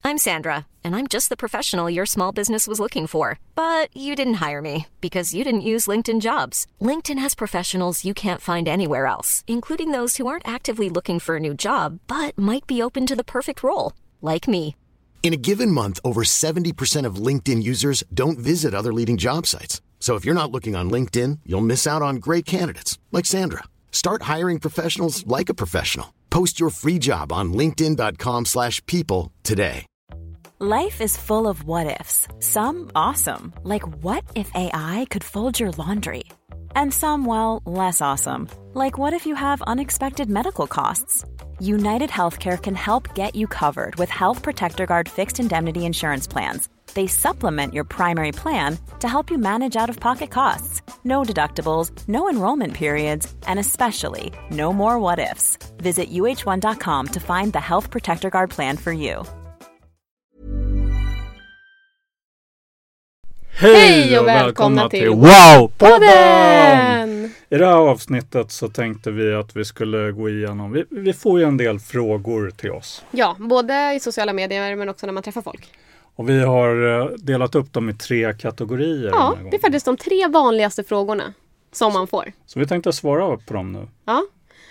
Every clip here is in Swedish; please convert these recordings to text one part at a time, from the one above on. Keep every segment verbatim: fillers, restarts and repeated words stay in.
I'm Sandra, and I'm just the professional your small business was looking for. But you didn't hire me because you didn't use LinkedIn Jobs. LinkedIn has professionals you can't find anywhere else, including those who aren't actively looking for a new job, but might be open to the perfect role, like me. In a given month, over seventy percent of LinkedIn users don't visit other leading job sites. So if you're not looking on LinkedIn, you'll miss out on great candidates like Sandra. Start hiring professionals like a professional. Post your free job on linkedin dot com slash people today. Life is full of what-ifs. Some awesome, like what if A I could fold your laundry? And some, well, less awesome, like what if you have unexpected medical costs? United Healthcare can help get you covered with Health Protector Guard fixed indemnity insurance plans. They supplement your primary plan to help you manage out-of-pocket costs. No deductibles, no enrollment periods, and especially no more what-ifs. Visit U H one dot com to find the Health Protector Guard plan for you. Hej och välkomna till Wow-podden! I det här avsnittet så tänkte vi att vi skulle gå igenom, vi, vi får ju en del frågor till oss. Ja, både i sociala medier men också när man träffar folk. Och vi har delat upp dem i tre kategorier. Ja, det är faktiskt de tre vanligaste frågorna som man får. Så vi tänkte svara på dem nu. Ja,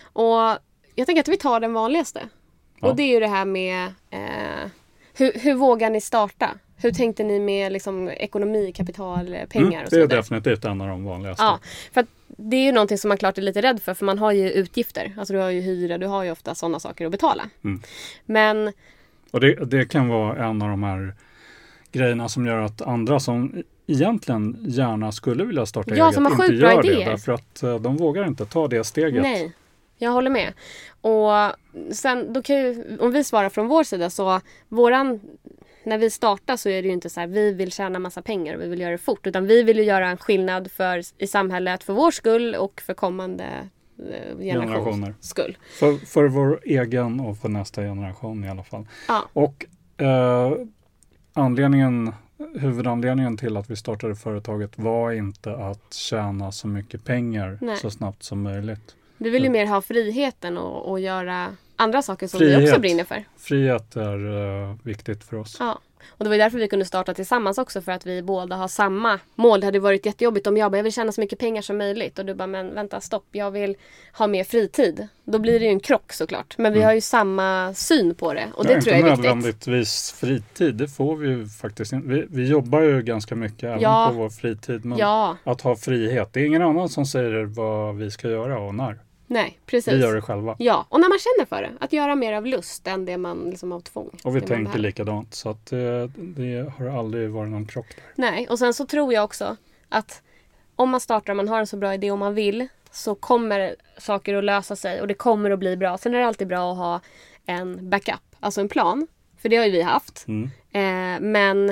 och jag tänker att vi tar den vanligaste. Ja. Och det är ju det här med eh, hur, hur vågar ni starta? Hur tänkte ni med liksom, ekonomi, kapital, pengar mm, och så det är vidare? definitivt en av de vanligaste. Ja, för att det är ju någonting som man klart är lite rädd för. För man har ju utgifter. Alltså du har ju hyra, du har ju ofta sådana saker att betala. Mm. Men... Och det, det kan vara en av de här grejerna som gör att andra som egentligen gärna skulle vilja starta ja, eget som har inte sjukt bra gör idéer. det. Därför att de vågar inte ta det steget. Nej, jag håller med. Och sen, då kan ju, om vi svarar från vår sida så våran... När vi startar så är det ju inte så här vi vill tjäna massa pengar och vi vill göra det fort. Utan vi vill ju göra en skillnad för, i samhället för vår skull och för kommande eh, generationer skull. För, för vår egen och för nästa generation i alla fall. Ja. Och eh, anledningen, huvudanledningen till att vi startade företaget var inte att tjäna så mycket pengar Nej. så snabbt som möjligt. Vi vill ju mer ha friheten och, och göra andra saker som Frihet. vi också brinner för. Frihet är uh, viktigt för oss. Ja, och det var därför vi kunde starta tillsammans också. För att vi båda har samma mål. Det hade varit jättejobbigt om jag bara, jag vill tjäna så mycket pengar som möjligt. Och du bara, men vänta, stopp, jag vill ha mer fritid. Då blir det ju en krock såklart. Men vi mm. har ju samma syn på det. Och ja, det tror jag är viktigt. Inte nödvändigtvis fritid, det får vi ju faktiskt inte. Vi, vi jobbar ju ganska mycket även ja. på vår fritid. Men ja. att ha frihet, det är ingen annan som säger vad vi ska göra och när. Nej, precis. Vi gör det själva. Ja, och när man känner för det. Att göra mer av lust än det man liksom av tvång. Och vi tänker likadant. Så att det, det har aldrig varit någon krock där. Nej, och sen så tror jag också att om man startar, man har en så bra idé och man vill, så kommer saker att lösa sig och det kommer att bli bra. Sen är det alltid bra att ha en backup, alltså en plan. För det har ju vi haft. Mm. Eh, men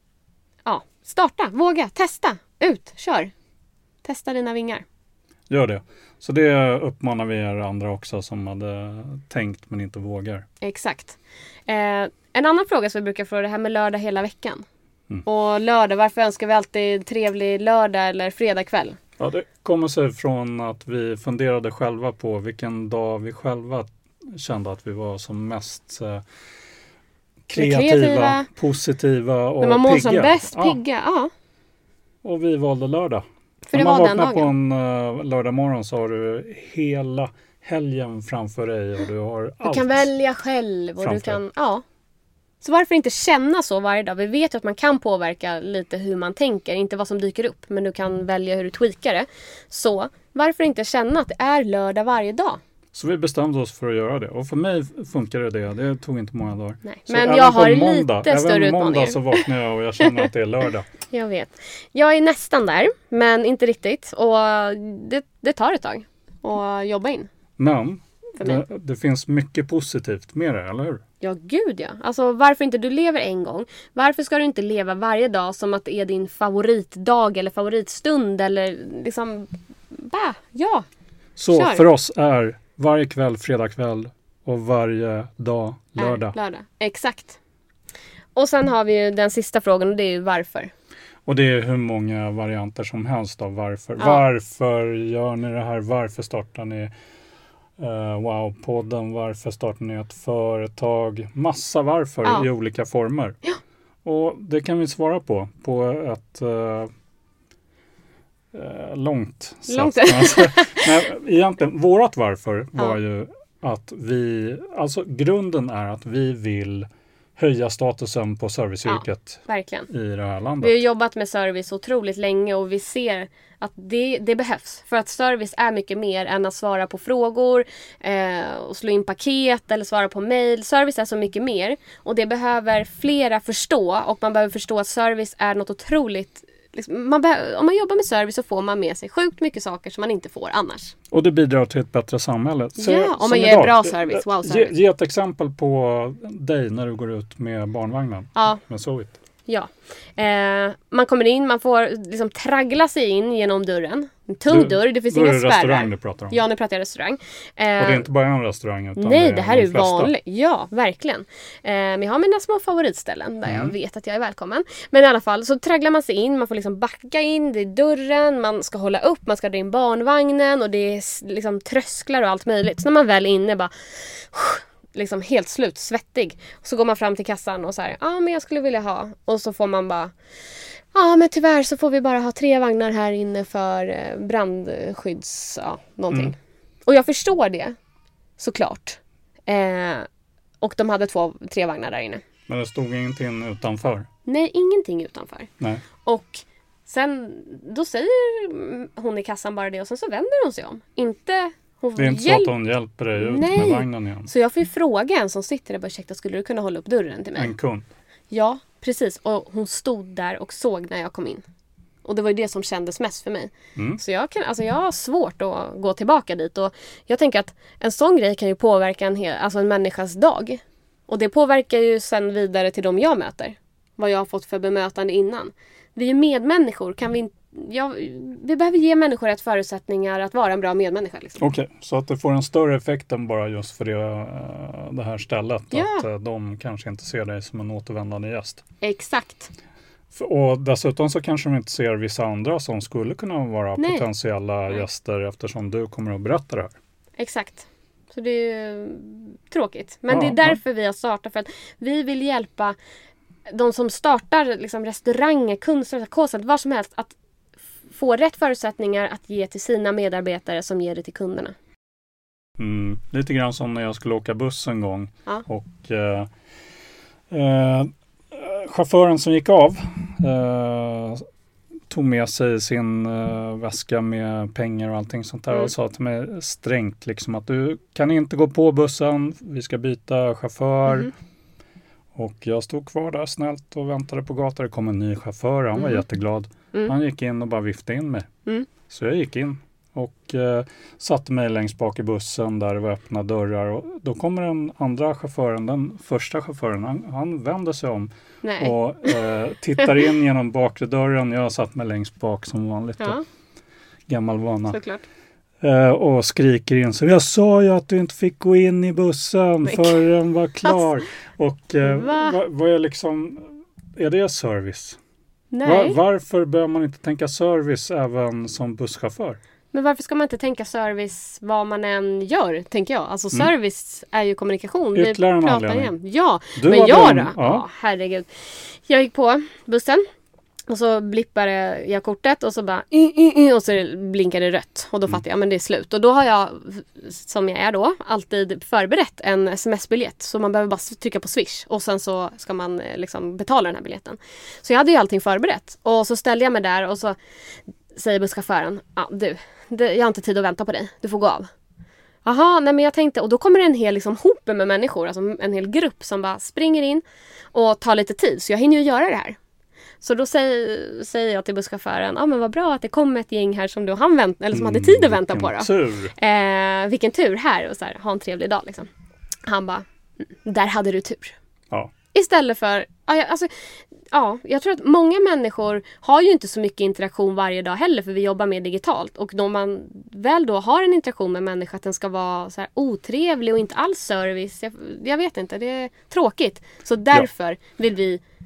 ja, starta, våga, testa, ut, kör. Testa dina vingar. Gör det. Så det uppmanar vi er andra också som hade tänkt men inte vågar. Exakt. Eh, en annan fråga som vi brukar få är det här med lördag hela veckan. Mm. Och lördag, varför önskar vi alltid trevlig lördag eller fredag kväll? Ja, det kommer sig från att vi funderade själva på vilken dag vi själva kände att vi var som mest eh, kreativa, kreativa, positiva och men man mår pigga. som bäst, ja. pigga, ja. Och vi valde lördag. För det När man var vaknar den på en uh, lördag morgon så har du hela helgen framför dig och du har allt. Du kan välja själv och framför. du kan, ja. Så varför inte känna så varje dag? Vi vet ju att man kan påverka lite hur man tänker, inte vad som dyker upp, men du kan välja hur du tweakar det. Så varför inte känna att det är lördag varje dag? Så vi bestämde oss för att göra det. Och för mig funkade det. Det tog inte många dagar. Nej. Så men jag har måndag, lite större även utmaningar. måndag så vaknar jag och jag känner att det är lördag. Jag vet. Jag är nästan där, men inte riktigt. Och det, det tar ett tag att jobba in. Men det, det finns mycket positivt med det, eller hur? Ja, gud ja. Alltså varför inte du lever en gång? Varför ska du inte leva varje dag som att det är din favoritdag eller favoritstund? Eller liksom, bah, ja. Så Kör. för oss är varje kväll fredagkväll och varje dag lördag. Äh, lördag. Exakt. Och sen har vi ju den sista frågan och det är ju varför. Och det är hur många varianter som helst av varför. Ja. Varför gör ni det här? Varför startar ni? uh, Wow-podden, varför startar ni ett företag? Massa varför ja. i olika former. Ja. Och det kan vi svara på på ett uh, uh, långt sätt. Långt. Men egentligen, vårat varför var ja. ju att vi, alltså grunden är att vi vill höja statusen på serviceyrket ja, verkligen. i det här landet. Vi har jobbat med service otroligt länge och vi ser att det, det behövs. För att service är mycket mer än att svara på frågor eh, och slå in paket eller svara på mejl. Service är så mycket mer och det behöver flera förstå, och man behöver förstå att service är något otroligt. Liksom, man be- om man jobbar med service så får man med sig sjukt mycket saker som man inte får annars. Och det bidrar till ett bättre samhälle. Så, ja, om man ger idag, bra service. Wow, service. Ge, ge ett exempel på dig när du går ut med barnvagnen. Ja. Med Sovit. Ja. Eh, man kommer in, man får liksom traggla sig in genom dörren. En tung du, dörr, det finns inga spärrar. Då är det restaurang du pratar om. Ja, nu pratar jag restaurang. Eh, och det är inte bara en restaurang utan nej, det, är det här de är flesta. vanligt. Ja, verkligen. Eh, men jag har mina små favoritställen där mm. jag vet att jag är välkommen. Men i alla fall så tragglar man sig in, man får liksom backa in, det är dörren, man ska hålla upp, man ska dra in barnvagnen och det är liksom trösklar och allt möjligt. Så när man väl är inne bara liksom helt slut, svettig. Så går man fram till kassan och så här, ja ah, men jag skulle vilja ha. Och så får man bara, ja ah, men tyvärr så får vi bara ha tre vagnar här inne för brandskydds, ja, någonting. Mm. Och jag förstår det, såklart. Eh, och de hade två, tre vagnar där inne. Men det stod ingenting utanför? Nej, ingenting utanför. Nej. Och sen, då säger hon i kassan bara det och sen så vänder hon sig om. Inte... Hon det är inte hjälp... så att hon hjälper dig ut Nej. med vagnen igen. Så jag får ju fråga en som sitter där och bara, ursäkta, skulle du kunna hålla upp dörren till mig? En kund? Ja, precis. Och hon stod där och såg när jag kom in. Och det var ju det som kändes mest för mig. Mm. Så jag, kan, alltså jag har svårt att gå tillbaka dit. Och jag tänker att en sån grej kan ju påverka en, hel, alltså en människas dag. Och det påverkar ju sen vidare till de jag möter. Vad jag har fått för bemötande innan. Vi är ju medmänniskor. Kan vi, ja, vi behöver ge människor rätt förutsättningar att vara en bra medmänniska. Liksom. Okej, okay, så att det får en större effekt än bara just för det, det här stället. Ja. Att de kanske inte ser dig som en återvändande gäst. Exakt. Och dessutom så kanske de inte ser vissa andra som skulle kunna vara Nej. potentiella Nej. gäster eftersom du kommer att berätta det här. Exakt. Så det är ju tråkigt. Men ja, det är därför ja. vi har startat. För att vi vill hjälpa de som startar liksom restauranger, kunskapscenter, vad som helst. Att få rätt förutsättningar att ge till sina medarbetare som ger det till kunderna. Mm, lite grann som när jag skulle åka buss en gång. Ja. Och eh, eh, chauffören som gick av eh, tog med sig sin eh, väska med pengar och allting sånt där mm. och sa till mig strängt liksom att du kan inte gå på bussen, vi ska byta chaufför. Mm. Och jag stod kvar där snällt och väntade på gatan. Det kom en ny chaufför, han var mm. jätteglad. Mm. Han gick in och bara viftade in mig. Mm. Så jag gick in och eh, satte mig längst bak i bussen där det var öppna dörrar. Och då kommer den andra chauffören, den första chauffören, han, han vänder sig om Nej. och eh, tittar in genom bakre dörren. Jag satt mig längst bak som vanligt. Ja. Gammal vana. Såklart. Uh, och skriker in så jag sa ju att du inte fick gå in i bussen för den var klar. Och uh, Va? vad va är liksom är det service? Nej. Va, varför bör man inte tänka service även som busschaufför? Men varför ska man inte tänka service vad man än gör, tänker jag. Alltså mm. service är ju kommunikation. Ytterligare Vi en pratar anledning. igen. Ja, du men jag då? Ja. Ja, herregud. Jag gick på bussen. Och så blippade jag kortet och så bara y, y, y, och så blinkade det rött. Och då fattade jag, men det är slut. Och då har jag, som jag är då, alltid förberett en sms-biljett. Så man behöver bara trycka på Swish. Och sen så ska man liksom betala den här biljetten. Så jag hade ju allting förberett. Och så ställde jag mig där och så säger busschauffören, ja du, det, jag har inte tid att vänta på dig. Du får gå av. Jaha, nej men jag tänkte, och då kommer det en hel liksom, hop med människor, alltså en hel grupp som bara springer in och tar lite tid. Så jag hinner ju göra det här. Så då säger, säger jag till busschauffören, ja ah, men vad bra att det kom ett gäng här som, då han vänt, eller som hade tid att vänta på. Då. Tur. Eh, vilken tur här och så här, ha en trevlig dag liksom. Han bara, där hade du tur. Ja. Istället för, ja, alltså, ja, jag tror att många människor har ju inte så mycket interaktion varje dag heller, för vi jobbar mer digitalt. Och då man väl då har en interaktion med människor, att den ska vara så här otrevlig och inte alls service. Jag, jag vet inte, det är tråkigt. Så därför ja. vill vi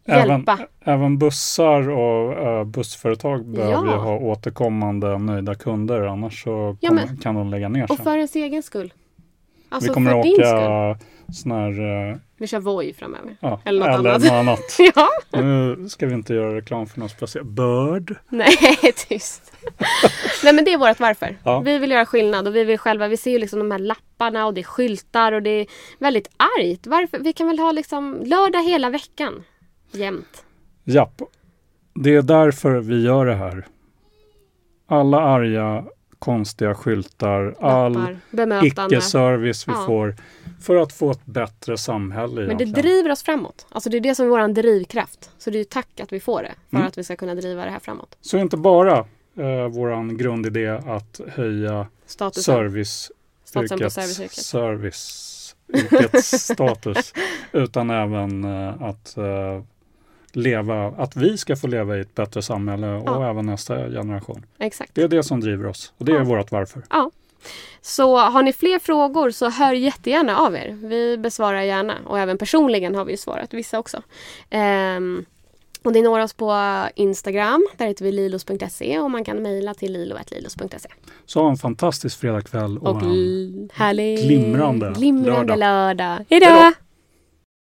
hjälpa. Även, även bussar och uh, bussföretag behöver Ja. ju ha återkommande nöjda kunder. Annars så Ja, kommer, men- kan de lägga ner Och sen. för ens egen skull. Alltså Vi kommer för att din skull. åka sån här... Uh, Vi kör Voi framöver. ja, Eller något eller annat. något annat. Ja. Nu ska vi inte göra reklam för något speciellt. Bird. Nej, tyst. Nej, men det är vårt varför. Ja. Vi vill göra skillnad och vi vill själva, vi ser ju liksom de här lapparna och det är skyltar och det är väldigt argt. Varför? Vi kan väl ha liksom lördag hela veckan. Jämt. Japp. Det är därför vi gör det här. Alla arga, konstiga skyltar, all Lappar, bemötande. icke-service vi Ja. får för att få ett bättre samhälle Men det egentligen. driver oss framåt. Alltså det är det som är vår drivkraft. Så det är ju tack att vi får det. För Mm. att vi ska kunna driva det här framåt. Så inte bara eh, våran grundidé att höja Statusen. service Statusen på yrkets, serviceyrket. service yrkets status utan även eh, att eh, leva, att vi ska få leva i ett bättre samhälle och Ja. även nästa generation. Exakt. Det är det som driver oss och det är Ja. vårt varför. Ja. Så har ni fler frågor så hör jättegärna av er. Vi besvarar gärna. Och även personligen har vi ju svarat. Vissa också. Ehm, och ni når oss på Instagram. Där heter vi lilos punkt se. Och man kan mejla till lilo at lilos punkt se. Så ha en fantastisk fredagkväll och, Och en l- härlig glimrande glimrande lördag. lördag. Hejdå! Hejdå!